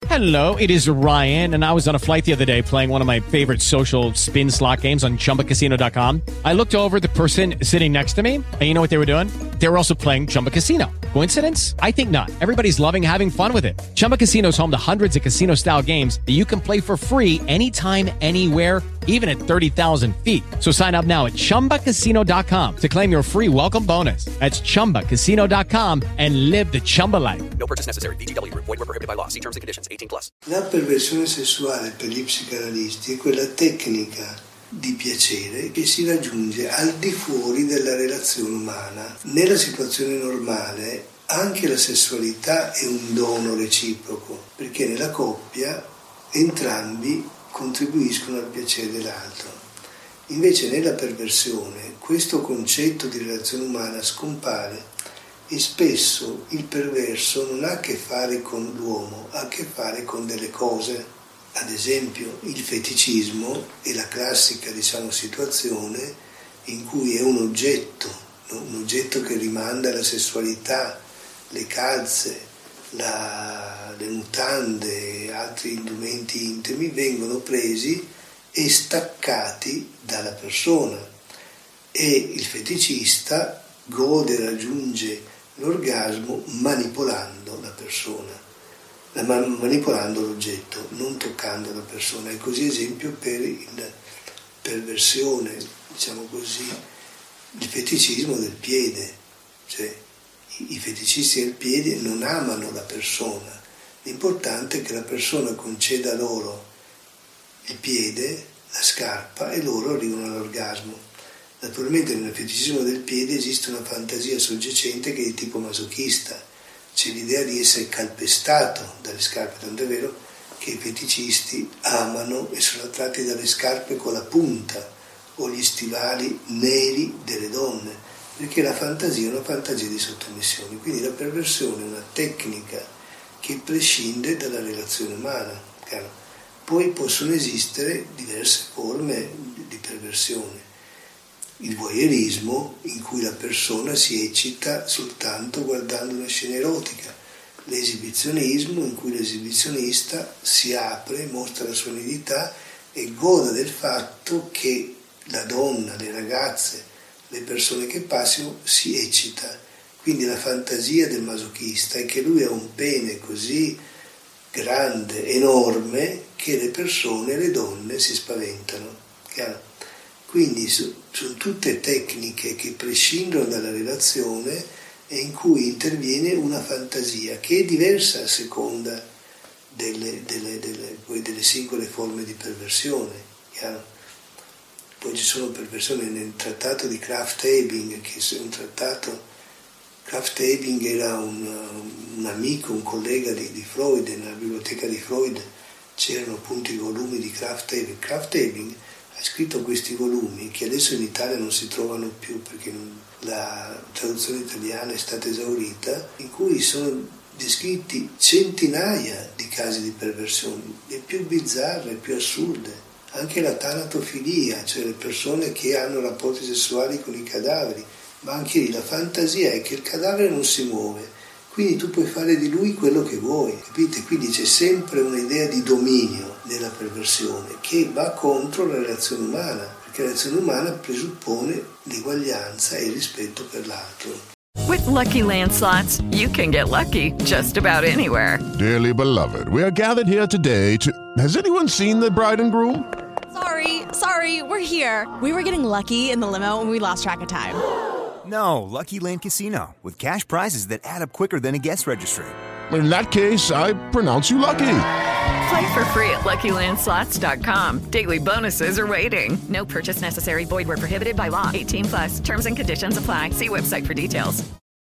Hello, it is Ryan, and I was on a flight the other day playing one of my favorite social spin slot games on ChumbaCasino.com. I looked over at the person sitting next to me, and you know what they were doing? They were also playing Chumba Casino. Coincidence? I think not. Everybody's loving having fun with it. Chumba Casino is home to hundreds of casino-style games that you can play for free anytime, anywhere, even at 30,000 feet. So sign up now at ChumbaCasino.com to claim your free welcome bonus. That's ChumbaCasino.com and live the Chumba life. No purchase necessary. VGW. Void were prohibited by law. See terms and conditions. 18+. La perversione sessuale per gli psicanalisti è quella tecnica di piacere che si raggiunge al di fuori della relazione umana. Nella situazione normale anche la sessualità è un dono reciproco, perché nella coppia entrambi contribuiscono al piacere dell'altro. Invece nella perversione questo concetto di relazione umana scompare e spesso il perverso non ha a che fare con l'uomo, ha a che fare con delle cose. Ad esempio il feticismo è la classica, situazione in cui è un oggetto che rimanda alla sessualità, le calze, le mutande, altri indumenti intimi vengono presi e staccati dalla persona e il feticista gode, raggiunge l'orgasmo manipolando la persona, manipolando l'oggetto, non toccando la persona. È così esempio per la perversione, il feticismo del piede, cioè i feticisti del piede non amano la persona, l'importante è che la persona conceda loro il piede, la scarpa e loro arrivano all'orgasmo. Naturalmente nel feticismo del piede esiste una fantasia soggiacente che è di tipo masochista, c'è l'idea di essere calpestato dalle scarpe, tanto è vero che i feticisti amano e sono attratti dalle scarpe con la punta o gli stivali neri delle donne, perché la fantasia è una fantasia di sottomissione. Quindi la perversione è una tecnica che prescinde dalla relazione umana. Poi possono esistere diverse forme di perversione. Il voyeurismo, in cui la persona si eccita soltanto guardando una scena erotica, l'esibizionismo, in cui l'esibizionista si apre, mostra la sua nudità e gode del fatto che la donna, le ragazze, le persone che passano si eccita. Quindi la fantasia del masochista è che lui ha un pene così grande, enorme, che le persone, le donne si spaventano. Chiaro? Quindi sono tutte tecniche che prescindono dalla relazione e in cui interviene una fantasia che è diversa a seconda delle singole forme di perversione. Chiaro? Poi ci sono perversioni nel trattato di Krafft-Ebing, che è un trattato. Krafft-Ebing era un amico, un collega di Freud, nella biblioteca di Freud c'erano appunto i volumi di Krafft-Ebing. Krafft-Ebing ha scritto questi volumi che adesso in Italia non si trovano più perché la traduzione italiana è stata esaurita, in cui sono descritti centinaia di casi di perversioni, le più bizzarre, le più assurde, anche la tanatofilia, cioè le persone che hanno rapporti sessuali con i cadaveri, ma anche lì la fantasia è che il cadavere non si muove, quindi tu puoi fare di lui quello che vuoi, capite? Quindi c'è sempre un'idea di dominio nella perversione che va contro la relazione umana, perché la relazione umana presuppone l'eguaglianza e il rispetto per l'altro. With Lucky Land Slots, you can get lucky just about anywhere. Dearly beloved, we are gathered here today to... Has anyone seen the bride and groom? Sorry, we're here. We were getting lucky in the limo and we lost track of time. No, Lucky Land Casino, with cash prizes that add up quicker than a guest registry. In that case, I pronounce you lucky. Play for free at LuckyLandSlots.com. Daily bonuses are waiting. No purchase necessary. Void where prohibited by law. 18+. Terms and conditions apply. See website for details.